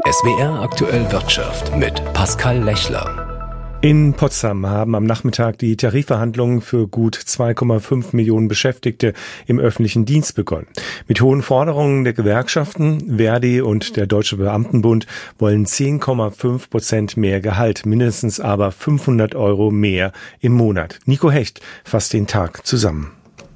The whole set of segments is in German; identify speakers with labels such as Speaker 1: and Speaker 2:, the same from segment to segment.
Speaker 1: SWR Aktuell Wirtschaft mit Pascal Lechler.
Speaker 2: In Potsdam haben am Nachmittag die Tarifverhandlungen für gut 2,5 Millionen Beschäftigte im öffentlichen Dienst begonnen. Mit hohen Forderungen der Gewerkschaften, Verdi und der Deutsche Beamtenbund wollen 10,5% mehr Gehalt, mindestens aber 500 € mehr im Monat. Nico Hecht fasst den Tag zusammen.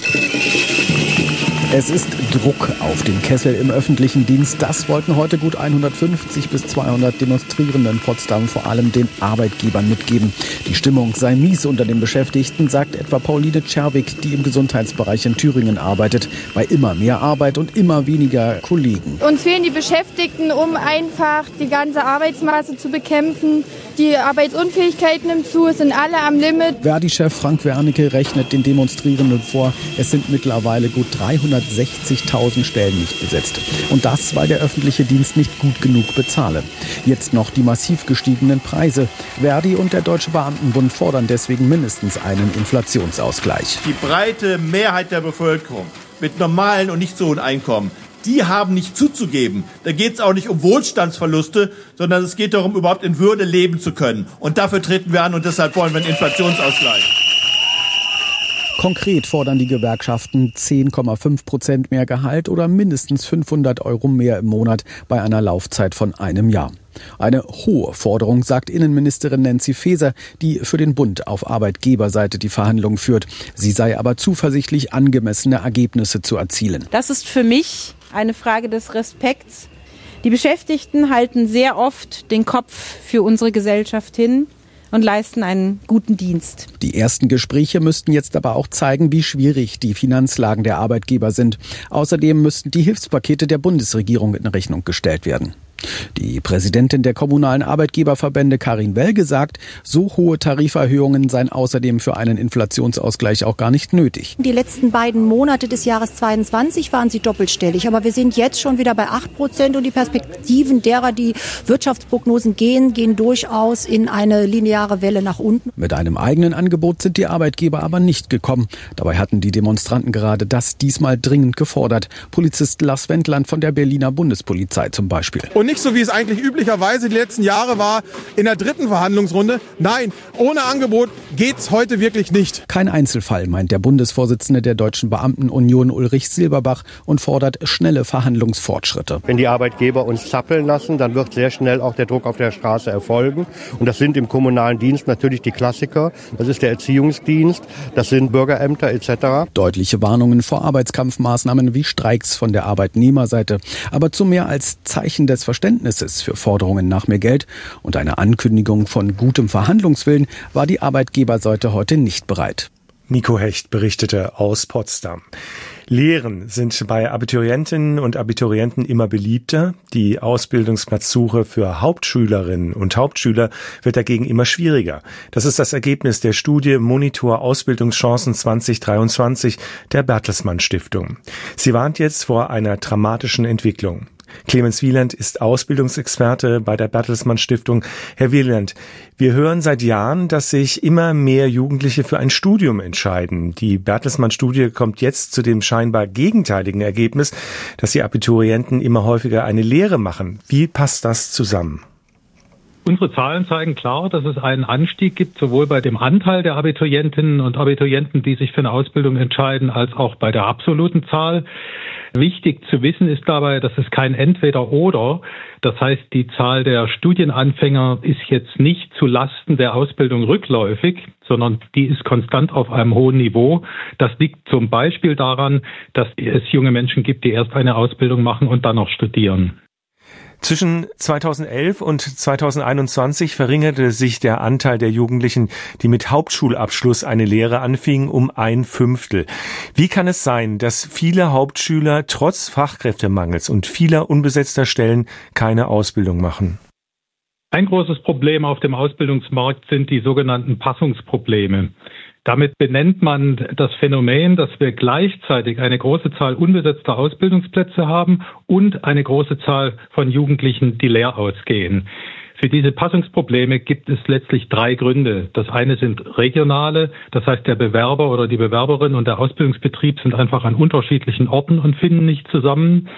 Speaker 3: Es ist Druck auf dem Kessel im öffentlichen Dienst. Das wollten heute gut 150 bis 200 Demonstrierende in Potsdam vor allem den Arbeitgebern mitgeben. Die Stimmung sei mies unter den Beschäftigten, sagt etwa Pauline Czerwig, die im Gesundheitsbereich in Thüringen arbeitet. Bei immer mehr Arbeit und immer weniger Kollegen.
Speaker 4: Uns fehlen die Beschäftigten, um einfach die ganze Arbeitsmasse zu bekämpfen. Die Arbeitsunfähigkeit nimmt zu, es sind alle am Limit.
Speaker 3: Verdi-Chef Frank Wernicke rechnet den Demonstrierenden vor, es sind mittlerweile gut 360.000 Stellen nicht besetzt. Und das, weil der öffentliche Dienst nicht gut genug bezahle. Jetzt noch die massiv gestiegenen Preise. Verdi und der Deutsche Beamtenbund fordern deswegen mindestens einen Inflationsausgleich.
Speaker 5: Die breite Mehrheit der Bevölkerung mit normalen und nicht so hohen Einkommen, die haben nicht zuzugeben. Da geht es auch nicht um Wohlstandsverluste, sondern es geht darum, überhaupt in Würde leben zu können. Und dafür treten wir an und deshalb wollen wir einen Inflationsausgleich.
Speaker 3: Konkret fordern die Gewerkschaften 10,5% mehr Gehalt oder mindestens 500 € mehr im Monat bei einer Laufzeit von einem Jahr. Eine hohe Forderung, sagt Innenministerin Nancy Faeser, die für den Bund auf Arbeitgeberseite die Verhandlungen führt. Sie sei aber zuversichtlich, angemessene Ergebnisse zu erzielen.
Speaker 6: Das ist für mich eine Frage des Respekts. Die Beschäftigten halten sehr oft den Kopf für unsere Gesellschaft hin und leisten einen guten Dienst.
Speaker 3: Die ersten Gespräche müssten jetzt aber auch zeigen, wie schwierig die Finanzlagen der Arbeitgeber sind. Außerdem müssten die Hilfspakete der Bundesregierung in Rechnung gestellt werden. Die Präsidentin der kommunalen Arbeitgeberverbände Karin Welge sagt, so hohe Tariferhöhungen seien außerdem für einen Inflationsausgleich auch gar nicht nötig.
Speaker 7: Die letzten beiden Monate des Jahres 2022 waren sie doppelstellig, aber wir sind jetzt schon wieder bei 8% und die Perspektiven derer, die Wirtschaftsprognosen gehen durchaus in eine lineare Welle nach unten.
Speaker 3: Mit einem eigenen Angebot sind die Arbeitgeber aber nicht gekommen. Dabei hatten die Demonstranten gerade das diesmal dringend gefordert. Polizist Lars Wendland von der Berliner Bundespolizei zum Beispiel.
Speaker 8: Und nicht so, wie es eigentlich üblicherweise die letzten Jahre war, in der dritten Verhandlungsrunde. Nein, ohne Angebot geht's heute wirklich nicht.
Speaker 3: Kein Einzelfall, meint der Bundesvorsitzende der Deutschen Beamtenunion Ulrich Silberbach und fordert schnelle Verhandlungsfortschritte.
Speaker 9: Wenn die Arbeitgeber uns zappeln lassen, dann wird sehr schnell auch der Druck auf der Straße erfolgen. Und das sind im kommunalen Dienst natürlich die Klassiker. Das ist der Erziehungsdienst, das sind Bürgerämter etc.
Speaker 3: Deutliche Warnungen vor Arbeitskampfmaßnahmen wie Streiks von der Arbeitnehmerseite. Aber zu mehr als Zeichen des Verständnisses für Forderungen nach mehr Geld und einer Ankündigung von gutem Verhandlungswillen war die Arbeitgeberseite heute nicht bereit.
Speaker 2: Nico Hecht berichtete aus Potsdam. Lehren sind bei Abiturientinnen und Abiturienten immer beliebter. Die Ausbildungsplatzsuche für Hauptschülerinnen und Hauptschüler wird dagegen immer schwieriger. Das ist das Ergebnis der Studie Monitor Ausbildungschancen 2023 der Bertelsmann Stiftung. Sie warnt jetzt vor einer dramatischen Entwicklung. Clemens Wieland ist Ausbildungsexperte bei der Bertelsmann Stiftung. Herr Wieland, wir hören seit Jahren, dass sich immer mehr Jugendliche für ein Studium entscheiden. Die Bertelsmann-Studie kommt jetzt zu dem scheinbar gegenteiligen Ergebnis, dass die Abiturienten immer häufiger eine Lehre machen. Wie passt das zusammen?
Speaker 10: Unsere Zahlen zeigen klar, dass es einen Anstieg gibt, sowohl bei dem Anteil der Abiturientinnen und Abiturienten, die sich für eine Ausbildung entscheiden, als auch bei der absoluten Zahl. Wichtig zu wissen ist dabei, dass es kein Entweder-Oder. Das heißt, die Zahl der Studienanfänger ist jetzt nicht zu Lasten der Ausbildung rückläufig, sondern die ist konstant auf einem hohen Niveau. Das liegt zum Beispiel daran, dass es junge Menschen gibt, die erst eine Ausbildung machen und dann noch studieren.
Speaker 2: Zwischen 2011 und 2021 verringerte sich der Anteil der Jugendlichen, die mit Hauptschulabschluss eine Lehre anfingen, um 1/5. Wie kann es sein, dass viele Hauptschüler trotz Fachkräftemangels und vieler unbesetzter Stellen keine Ausbildung machen?
Speaker 10: Ein großes Problem auf dem Ausbildungsmarkt sind die sogenannten Passungsprobleme. Damit benennt man das Phänomen, dass wir gleichzeitig eine große Zahl unbesetzter Ausbildungsplätze haben und eine große Zahl von Jugendlichen, die leer ausgehen. Für diese Passungsprobleme gibt es letztlich 3 Gründe. Das eine sind regionale, das heißt der Bewerber oder die Bewerberin und der Ausbildungsbetrieb sind einfach an unterschiedlichen Orten und finden nicht zusammen.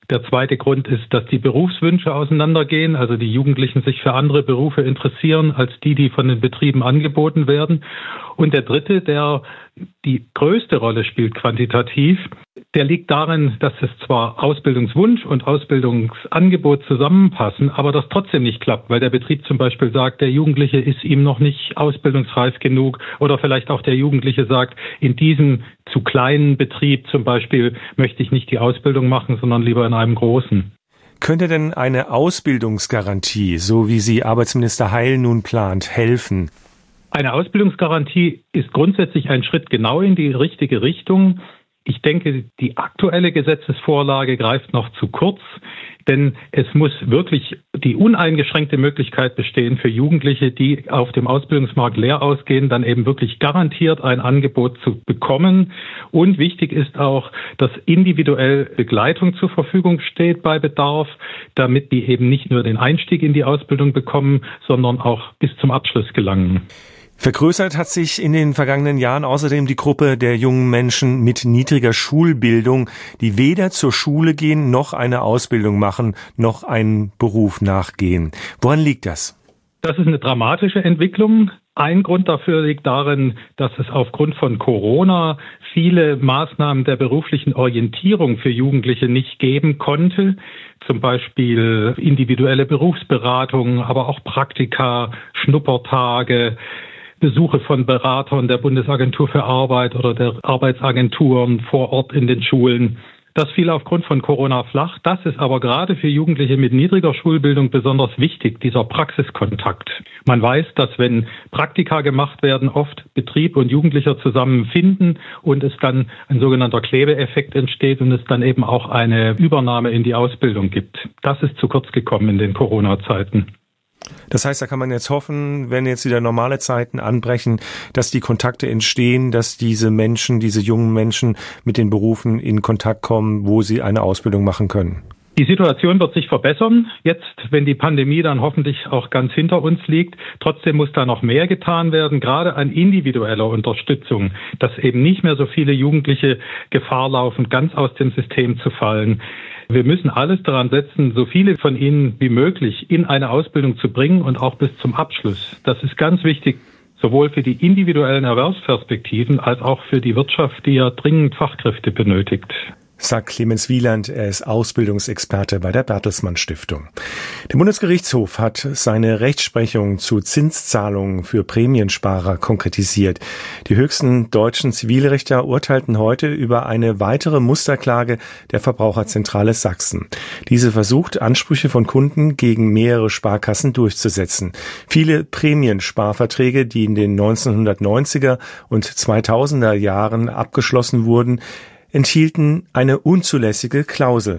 Speaker 10: Der zweite Grund ist, dass die Berufswünsche auseinandergehen, also die Jugendlichen sich für andere Berufe interessieren als die von den Betrieben angeboten werden. Und der dritte, der die größte Rolle spielt quantitativ, der liegt darin, dass es zwar Ausbildungswunsch und Ausbildungsangebot zusammenpassen, aber das trotzdem nicht klappt, weil der Betrieb zum Beispiel sagt, der Jugendliche ist ihm noch nicht ausbildungsreif genug oder vielleicht auch der Jugendliche sagt, in diesem zu kleinen Betrieb zum Beispiel möchte ich nicht die Ausbildung machen, sondern lieber in einem großen.
Speaker 2: Könnte denn eine Ausbildungsgarantie, so wie sie Arbeitsminister Heil nun plant, helfen?
Speaker 10: Eine Ausbildungsgarantie ist grundsätzlich ein Schritt genau in die richtige Richtung. Ich denke, die aktuelle Gesetzesvorlage greift noch zu kurz, denn es muss wirklich die uneingeschränkte Möglichkeit bestehen für Jugendliche, die auf dem Ausbildungsmarkt leer ausgehen, dann eben wirklich garantiert ein Angebot zu bekommen. Und wichtig ist auch, dass individuell Begleitung zur Verfügung steht bei Bedarf, damit die eben nicht nur den Einstieg in die Ausbildung bekommen, sondern auch bis zum Abschluss gelangen.
Speaker 2: Vergrößert hat sich in den vergangenen Jahren außerdem die Gruppe der jungen Menschen mit niedriger Schulbildung, die weder zur Schule gehen, noch eine Ausbildung machen, noch einen Beruf nachgehen. Woran liegt das?
Speaker 10: Das ist eine dramatische Entwicklung. Ein Grund dafür liegt darin, dass es aufgrund von Corona viele Maßnahmen der beruflichen Orientierung für Jugendliche nicht geben konnte. Zum Beispiel individuelle Berufsberatung, aber auch Praktika, Schnuppertage, Besuche von Beratern der Bundesagentur für Arbeit oder der Arbeitsagenturen vor Ort in den Schulen. Das fiel aufgrund von Corona flach. Das ist aber gerade für Jugendliche mit niedriger Schulbildung besonders wichtig, dieser Praxiskontakt. Man weiß, dass wenn Praktika gemacht werden, oft Betrieb und Jugendlicher zusammenfinden und es dann ein sogenannter Klebeeffekt entsteht und es dann eben auch eine Übernahme in die Ausbildung gibt. Das ist zu kurz gekommen in den Corona-Zeiten.
Speaker 2: Das heißt, da kann man jetzt hoffen, wenn jetzt wieder normale Zeiten anbrechen, dass die Kontakte entstehen, dass diese Menschen, diese jungen Menschen mit den Berufen in Kontakt kommen, wo sie eine Ausbildung machen können.
Speaker 10: Die Situation wird sich verbessern, jetzt, wenn die Pandemie dann hoffentlich auch ganz hinter uns liegt. Trotzdem muss da noch mehr getan werden, gerade an individueller Unterstützung, dass eben nicht mehr so viele Jugendliche Gefahr laufen, ganz aus dem System zu fallen. Wir müssen alles daran setzen, so viele von ihnen wie möglich in eine Ausbildung zu bringen und auch bis zum Abschluss. Das ist ganz wichtig, sowohl für die individuellen Erwerbsperspektiven als auch für die Wirtschaft, die ja dringend Fachkräfte benötigt.
Speaker 2: Sagt Clemens Wieland, er ist Ausbildungsexperte bei der Bertelsmann Stiftung. Der Bundesgerichtshof hat seine Rechtsprechung zu Zinszahlungen für Prämiensparer konkretisiert. Die höchsten deutschen Zivilrichter urteilten heute über eine weitere Musterklage der Verbraucherzentrale Sachsen. Diese versucht, Ansprüche von Kunden gegen mehrere Sparkassen durchzusetzen. Viele Prämiensparverträge, die in den 1990er und 2000er Jahren abgeschlossen wurden, enthielten eine unzulässige Klausel.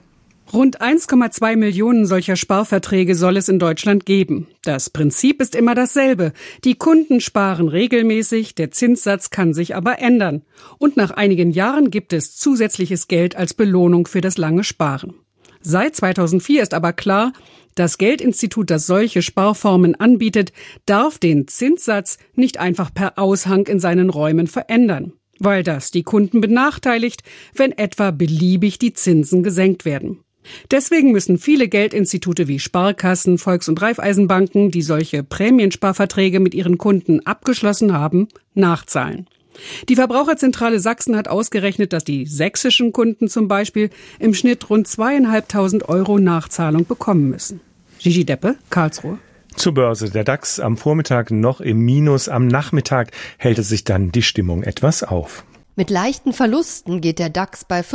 Speaker 11: Rund 1,2 Millionen solcher Sparverträge soll es in Deutschland geben. Das Prinzip ist immer dasselbe. Die Kunden sparen regelmäßig, der Zinssatz kann sich aber ändern. Und nach einigen Jahren gibt es zusätzliches Geld als Belohnung für das lange Sparen. Seit 2004 ist aber klar, das Geldinstitut, das solche Sparformen anbietet, darf den Zinssatz nicht einfach per Aushang in seinen Räumen verändern, weil das die Kunden benachteiligt, wenn etwa beliebig die Zinsen gesenkt werden. Deswegen müssen viele Geldinstitute wie Sparkassen, Volks- und Raiffeisenbanken, die solche Prämiensparverträge mit ihren Kunden abgeschlossen haben, nachzahlen. Die Verbraucherzentrale Sachsen hat ausgerechnet, dass die sächsischen Kunden zum Beispiel im Schnitt rund 2.500 € Nachzahlung bekommen müssen. Gigi Deppe, Karlsruhe.
Speaker 2: Zur Börse. Der DAX am Vormittag noch im Minus. Am Nachmittag hält es sich dann die Stimmung etwas auf.
Speaker 12: Mit leichten Verlusten geht der DAX bei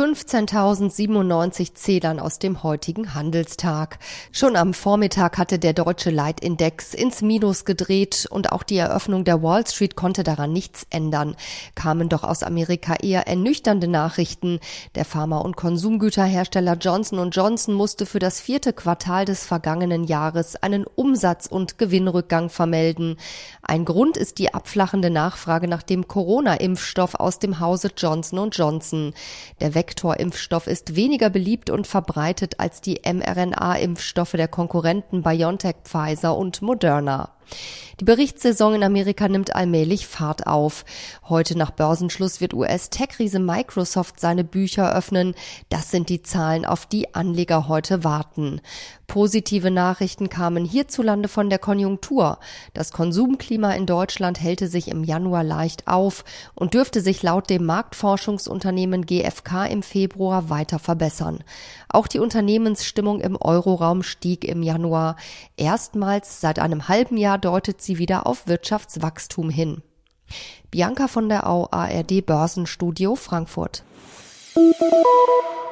Speaker 12: 15.097 Zählern aus dem heutigen Handelstag. Schon am Vormittag hatte der deutsche Leitindex ins Minus gedreht und auch die Eröffnung der Wall Street konnte daran nichts ändern. Kamen doch aus Amerika eher ernüchternde Nachrichten. Der Pharma- und Konsumgüterhersteller Johnson & Johnson musste für das 4. Quartal des vergangenen Jahres einen Umsatz- und Gewinnrückgang vermelden. Ein Grund ist die abflachende Nachfrage nach dem Corona-Impfstoff aus dem Hause Johnson & Johnson. Der Vektorimpfstoff ist weniger beliebt und verbreitet als die mRNA-Impfstoffe der Konkurrenten BioNTech, Pfizer und Moderna. Die Berichtssaison in Amerika nimmt allmählich Fahrt auf. Heute nach Börsenschluss wird US-Tech-Riese Microsoft seine Bücher öffnen. Das sind die Zahlen, auf die Anleger heute warten. Positive Nachrichten kamen hierzulande von der Konjunktur. Das Konsumklima in Deutschland hellte sich im Januar leicht auf und dürfte sich laut dem Marktforschungsunternehmen GfK im Februar weiter verbessern. Auch die Unternehmensstimmung im Euroraum stieg im Januar. Erstmals seit einem halben Jahr deutet sie wieder auf Wirtschaftswachstum hin. Bianca von der Au, ARD Börsenstudio Frankfurt.